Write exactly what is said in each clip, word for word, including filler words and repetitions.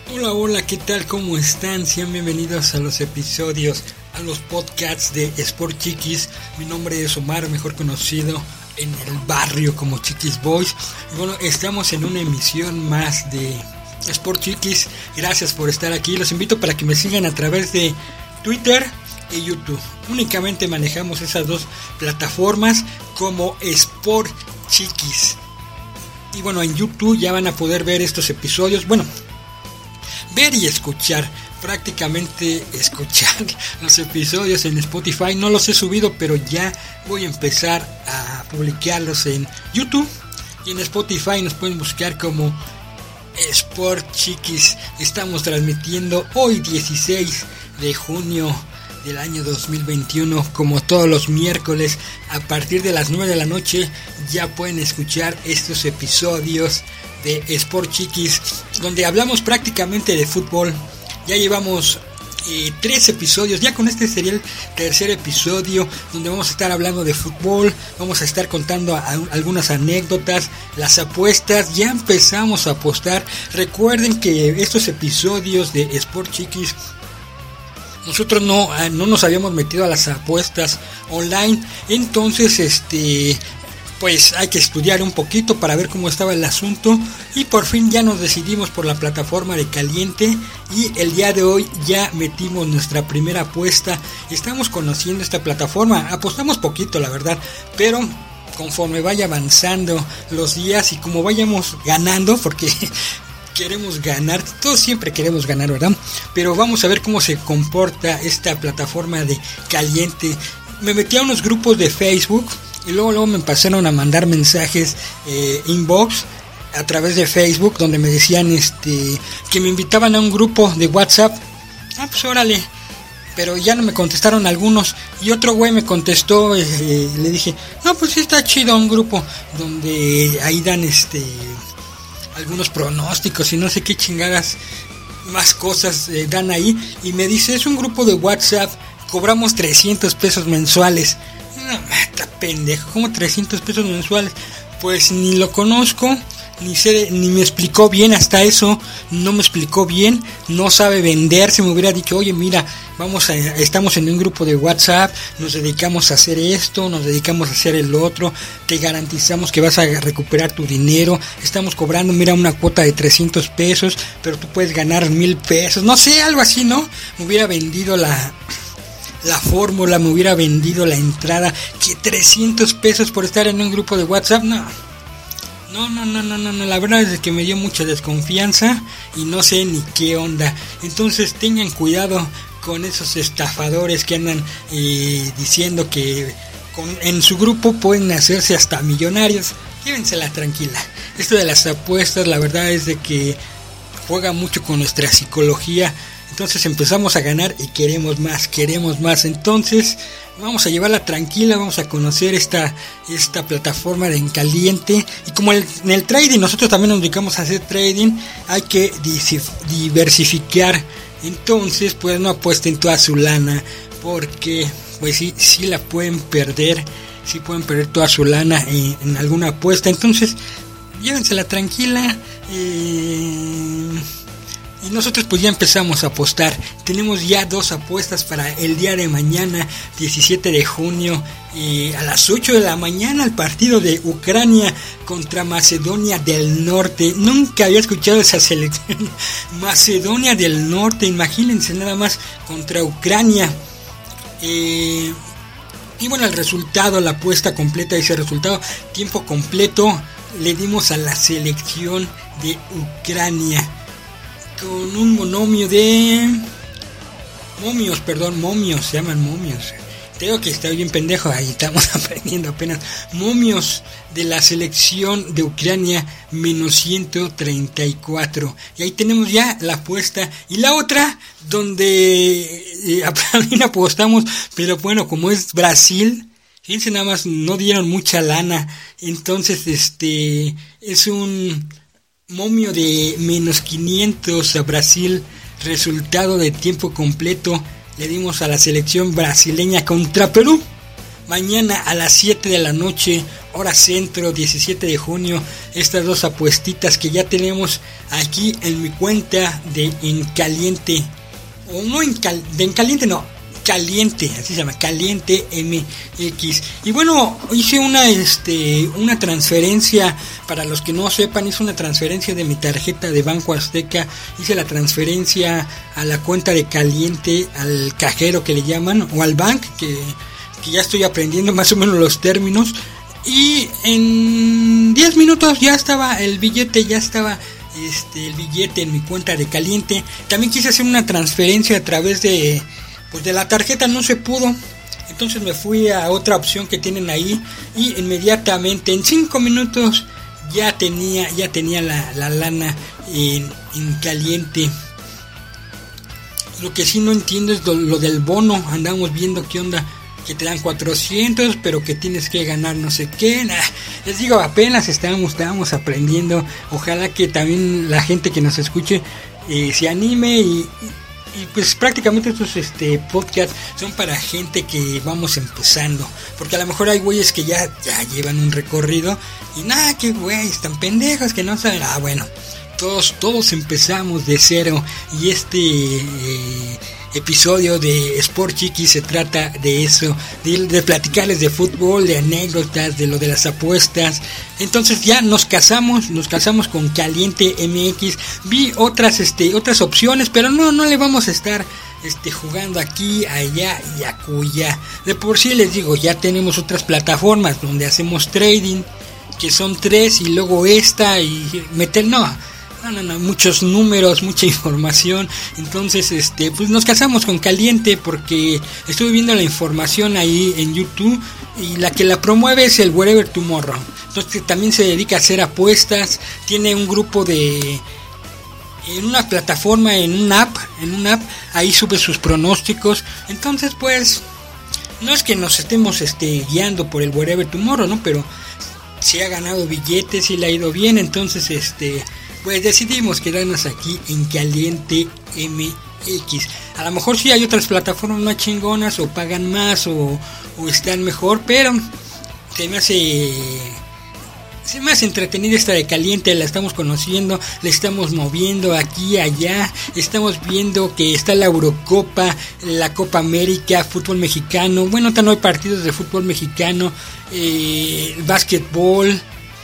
Hola, hola, ¿qué tal? ¿Cómo están? Sean bienvenidos a los episodios, a los podcasts de Sport Chiquis. Mi nombre es Omar, mejor conocido en el barrio como Chiquis Boys. Y bueno, estamos en una emisión más de Sport Chiquis. Gracias por estar aquí. Los invito para que me sigan a través de Twitter y YouTube. Únicamente manejamos esas dos plataformas como Sport Chiquis. Y bueno, en YouTube ya van a poder ver estos episodios. Bueno, ver y escuchar, prácticamente escuchar los episodios en Spotify. No los he subido, pero ya voy a empezar a publicarlos en YouTube. Y en Spotify nos pueden buscar como Sport Chiquis. Estamos transmitiendo hoy dieciséis de junio del año dos mil veintiuno, como todos los miércoles a partir de las nueve de la noche. Ya pueden escuchar estos episodios de Sport Chiquis, donde hablamos prácticamente de fútbol. Ya llevamos eh, tres episodios, ya con este sería el tercer episodio, donde vamos a estar hablando de fútbol. Vamos a estar contando a, a, algunas anécdotas, las apuestas. Ya empezamos a apostar. Recuerden que estos episodios de Sport Chiquis, nosotros no, no nos habíamos metido a las apuestas online. Entonces este pues hay que estudiar un poquito para ver cómo estaba el asunto, y por fin ya nos decidimos por la plataforma de Caliente, y el día de hoy ya metimos nuestra primera apuesta. Estamos conociendo esta plataforma, apostamos poquito la verdad, pero conforme vaya avanzando los días y como vayamos ganando, porque queremos ganar, todos siempre queremos ganar, ¿verdad? Pero vamos a ver cómo se comporta esta plataforma de Caliente. Me metí a unos grupos de Facebook y luego, luego me empezaron a mandar mensajes eh, inbox a través de Facebook, donde me decían este que me invitaban a un grupo de WhatsApp. Ah, pues órale. Pero ya no me contestaron algunos, y otro güey me contestó. eh, eh, le dije, no, pues sí está chido un grupo donde ahí dan este algunos pronósticos y no sé qué chingadas más cosas eh, dan ahí. Y me dice, es un grupo de WhatsApp, cobramos trescientos pesos mensuales. No, está pendejo, ¿cómo trescientos pesos mensuales? Pues ni lo conozco, ni sé, ni me explicó bien, hasta eso no me explicó bien, no sabe venderse. Me hubiera dicho, oye, mira, vamos a, estamos en un grupo de WhatsApp, nos dedicamos a hacer esto, nos dedicamos a hacer el otro, te garantizamos que vas a recuperar tu dinero, estamos cobrando, mira, una cuota de trescientos pesos, pero tú puedes ganar mil pesos, no sé, algo así, ¿no? Me hubiera vendido la... la fórmula, me hubiera vendido la entrada. Que trescientos pesos por estar en un grupo de WhatsApp, no. No, no, no, no, no, no. La verdad es que me dio mucha desconfianza y no sé ni qué onda. Entonces tengan cuidado con esos estafadores que andan eh, diciendo que con, en su grupo pueden hacerse hasta millonarios. Llévensela tranquila. Esto de las apuestas, la verdad es de que juega mucho con nuestra psicología. Entonces empezamos a ganar y queremos más, queremos más. Entonces vamos a llevarla tranquila, vamos a conocer esta, esta plataforma de En Caliente. Y como el, en el trading nosotros también nos dedicamos a hacer trading, hay que diversificar. Entonces pues no apuesten toda su lana, porque pues sí, sí la pueden perder, sí pueden perder toda su lana en, en alguna apuesta. Entonces llévensela tranquila. Eh... Y nosotros pues ya empezamos a apostar. Tenemos ya dos apuestas para el día de mañana, diecisiete de junio, eh, a las ocho de la mañana, el partido de Ucrania contra Macedonia del Norte. Nunca había escuchado esa selección. Macedonia del Norte, imagínense nada más, contra Ucrania. Eh, y bueno, el resultado, la apuesta completa, ese resultado, tiempo completo, le dimos a la selección de Ucrania, con un monomio de momios, perdón, momios, se llaman momios. Tengo que estar bien pendejo, ahí estamos aprendiendo apenas. Momios de la selección de Ucrania, menos ciento treinta y cuatro. Y ahí tenemos ya la apuesta. Y la otra, donde eh, también apostamos, pero bueno, como es Brasil, fíjense nada más, no dieron mucha lana. Entonces, este, es un momio de menos quinientos a Brasil, resultado de tiempo completo. Le dimos a la selección brasileña contra Perú. mañana a las siete de la noche, hora centro, diecisiete de junio, estas dos apuestitas que ya tenemos aquí en mi cuenta de En Caliente, o no en, cal, de en Caliente, no, Caliente, así se llama, Caliente M X. Y bueno, hice una este una transferencia, para los que no sepan, hice una transferencia de mi tarjeta de Banco Azteca, hice la transferencia a la cuenta de Caliente, al cajero que le llaman, o al bank, que, que ya estoy aprendiendo más o menos los términos, y en diez minutos ya estaba el billete, ya estaba este el billete en mi cuenta de Caliente. También quise hacer una transferencia a través de Pues de la tarjeta, no se pudo, entonces me fui a otra opción que tienen ahí y inmediatamente en cinco minutos ya tenía ya tenía la, la lana en, en Caliente. Lo que sí no entiendo es lo, lo del bono. Andamos viendo qué onda, que te dan cuatrocientos, pero que tienes que ganar no sé qué. Nah, les digo, apenas estábamos, estábamos aprendiendo. Ojalá que también la gente que nos escuche eh, se anime y... Y pues prácticamente estos este, podcasts son para gente que vamos empezando. Porque a lo mejor hay güeyes que ya, ya llevan un recorrido y nada, que güeyes tan pendejos que no saben. Ah, bueno, todos, todos empezamos de cero. Y este eh, episodio de Sport Chiquis se trata de eso, de, de platicarles de fútbol, de anécdotas, de lo de las apuestas. Entonces ya nos casamos, nos casamos con Caliente M X. Vi otras este otras opciones, pero no no le vamos a estar este jugando aquí, allá y acullá. De por sí les digo, ya tenemos otras plataformas donde hacemos trading, que son tres, y luego esta y meter no No, no, no, muchos números, mucha información. Entonces, este, pues nos casamos con Caliente porque estuve viendo la información ahí en YouTube y la que la promueve es el Wherever Tomorrow. Entonces, también se dedica a hacer apuestas. Tiene un grupo de, en una plataforma, en una app, en una app, ahí sube sus pronósticos. Entonces, pues, no es que nos estemos, este, guiando por el Wherever Tomorrow, ¿no? Pero se ha ganado billetes y le ha ido bien. Entonces, este, pues decidimos quedarnos aquí en Caliente M X. A lo mejor sí hay otras plataformas más chingonas, o pagan más, o, o están mejor, pero se me hace se me hace entretenida esta de Caliente. La estamos conociendo, la estamos moviendo aquí, allá. Estamos viendo que está la Eurocopa, la Copa América, fútbol mexicano. Bueno, no hay partidos de fútbol mexicano, eh, básquetbol.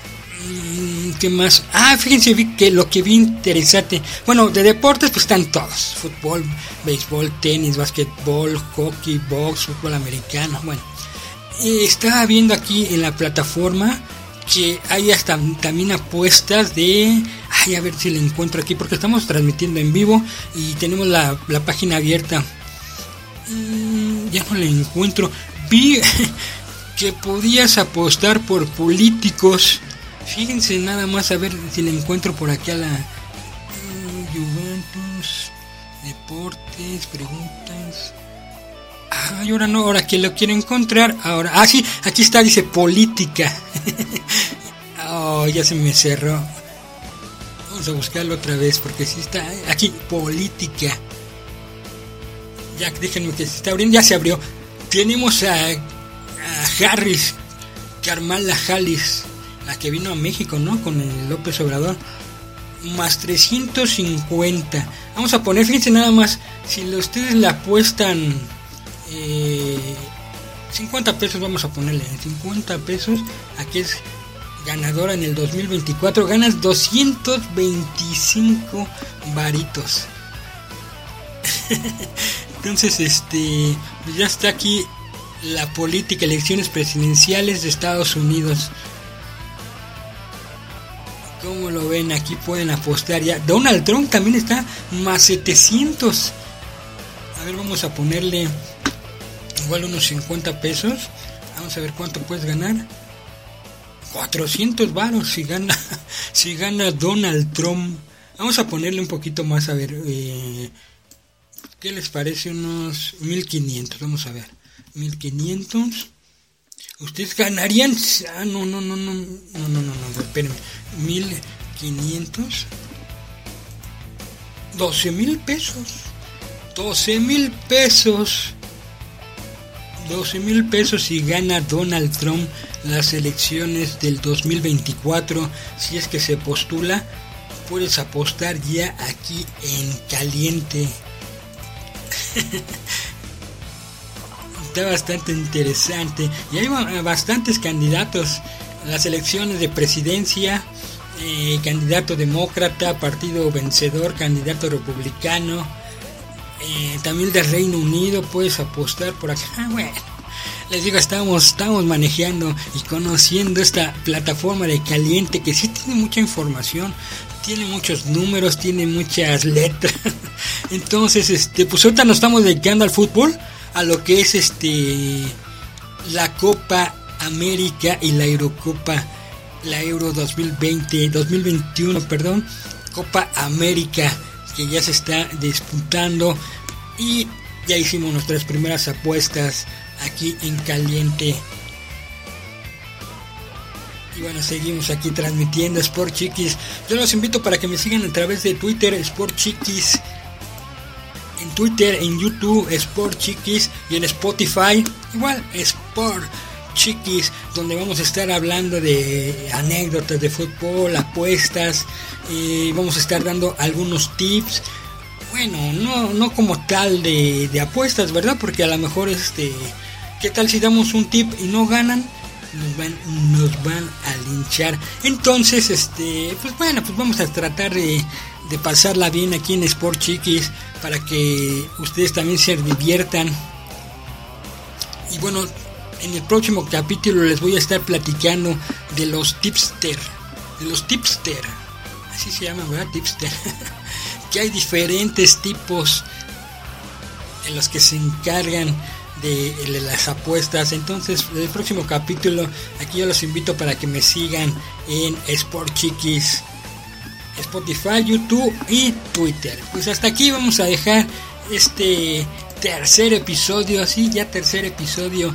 ¿Qué más? Ah, fíjense, vi que lo que vi interesante. Bueno, de deportes pues están todos: fútbol, béisbol, tenis, básquetbol, hockey, box, fútbol americano. Bueno, eh, estaba viendo aquí en la plataforma que hay hasta también apuestas de... Ay, a ver si la encuentro aquí, porque estamos transmitiendo en vivo y tenemos la, la página abierta. Mm, ya no la encuentro. Vi que podías apostar por políticos. Fíjense nada más, a ver si la encuentro por aquí a la uh, Juventus, deportes, preguntas. Ah, y ahora no, ahora que lo quiero encontrar, ahora, ah sí, aquí está, dice política. Oh, ya se me cerró. Vamos a buscarlo otra vez porque sí está aquí, política. Ya, déjenme que se está abriendo, ya se abrió. Tenemos a, a Harris, Kamala Harris, la que vino a México, ¿no? Con el López Obrador. Más trescientos cincuenta. Vamos a poner, fíjense nada más, si ustedes le apuestan eh, cincuenta pesos, vamos a ponerle cincuenta pesos. Aquí es ganadora en el dos mil veinticuatro. Ganas doscientos veinticinco varitos. Entonces, este, pues ya está aquí la política, elecciones presidenciales de Estados Unidos. ¿Cómo lo ven? Aquí pueden apostar ya. Donald Trump también está más setecientos. A ver, vamos a ponerle igual unos cincuenta pesos. Vamos a ver cuánto puedes ganar. cuatrocientos varos si gana si gana Donald Trump. Vamos a ponerle un poquito más, a ver. Eh, ¿Qué les parece? Unos mil quinientos. Vamos a ver. mil quinientos. Ustedes ganarían, ah, no, no, no, no, no, no, no, no, espérenme, mil quinientos, doce mil pesos, doce mil pesos, doce mil pesos si gana Donald Trump las elecciones del dos mil veinticuatro. Si es que se postula, puedes apostar ya aquí en caliente. Está bastante interesante y hay bastantes candidatos. Las elecciones de presidencia, eh, candidato demócrata, partido vencedor, candidato republicano, eh, también del Reino Unido, puedes apostar por acá. Bueno, les digo, estamos, estamos manejando y conociendo esta plataforma de caliente que sí tiene mucha información, tiene muchos números, tiene muchas letras. Entonces, este, pues ahorita nos estamos dedicando al fútbol, a lo que es este la Copa América y la Eurocopa, la Euro dos mil veinte, dos mil veintiuno, perdón, Copa América, que ya se está disputando y ya hicimos nuestras primeras apuestas aquí en caliente. Y bueno, seguimos aquí transmitiendo Sport Chiquis. Yo los invito para que me sigan a través de Twitter, Sport Chiquis. En Twitter, en YouTube, Sport Chiquis. Y en Spotify, igual, Sport Chiquis, donde vamos a estar hablando de anécdotas de fútbol, apuestas. Y vamos a estar dando algunos tips. Bueno, no, no como tal de, de apuestas, ¿verdad? Porque a lo mejor, este, ¿qué tal si damos un tip y no ganan? Nos van, nos van a linchar. Entonces, este, pues bueno, pues vamos a tratar de, de pasarla bien aquí en Sport Chiquis para que ustedes también se diviertan. Y bueno, en el próximo capítulo les voy a estar platicando de los tipster, de los tipster, así se llaman, ¿verdad? Tipster. Que hay diferentes tipos en los que se encargan de, de las apuestas. Entonces, en el próximo capítulo, aquí yo los invito para que me sigan en Sport Chiquis, Spotify, YouTube y Twitter. Pues hasta aquí vamos a dejar este tercer episodio, así ya tercer episodio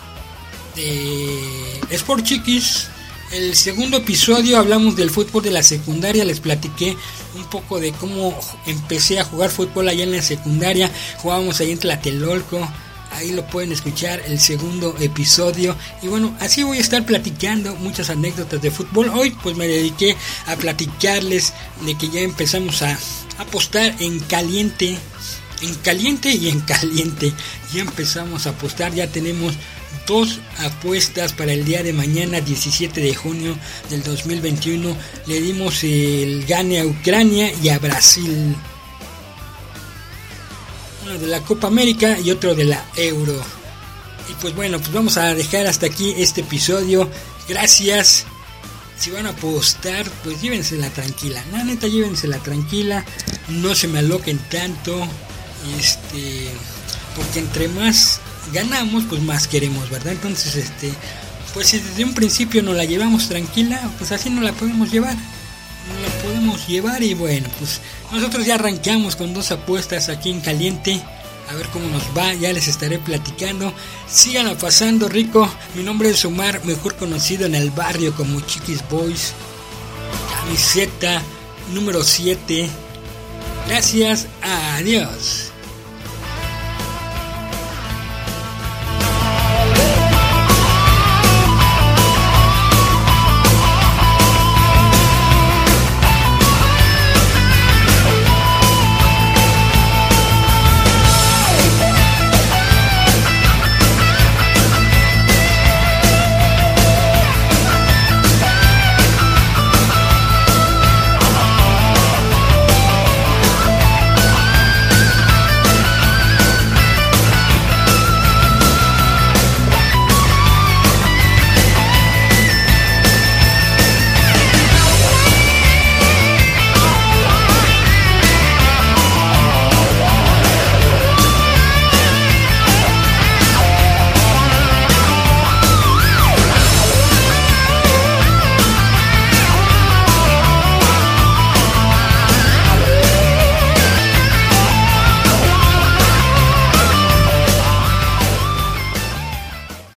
de Sport Chiquis. El segundo episodio hablamos del fútbol de la secundaria, les platiqué un poco de cómo empecé a jugar fútbol allá en la secundaria, jugábamos ahí en Tlatelolco, ahí lo pueden escuchar el segundo episodio. Y bueno, así voy a estar platicando muchas anécdotas de fútbol. Hoy pues me dediqué a platicarles de que ya empezamos a apostar en caliente, en caliente y en caliente, ya empezamos a apostar, ya tenemos dos apuestas para el día de mañana, diecisiete de junio del dos mil veintiuno. Le dimos el gane a Ucrania y a Brasil, uno de la Copa América y otro de la Euro. Y pues bueno, pues vamos a dejar hasta aquí este episodio. Gracias. Si van a apostar, pues llévensela tranquila, la neta, llévensela tranquila, no se me aloquen tanto, este, porque entre más ganamos, pues más queremos, ¿verdad? Entonces, este, pues si desde un principio nos la llevamos tranquila, pues así no la podemos llevar, no la podemos llevar. Y bueno, pues nosotros ya arrancamos con dos apuestas aquí en caliente, a ver cómo nos va, ya les estaré platicando. Síganla pasando rico. Mi nombre es Omar, mejor conocido en el barrio como Chiquis Boys, camiseta número siete. Gracias, adiós.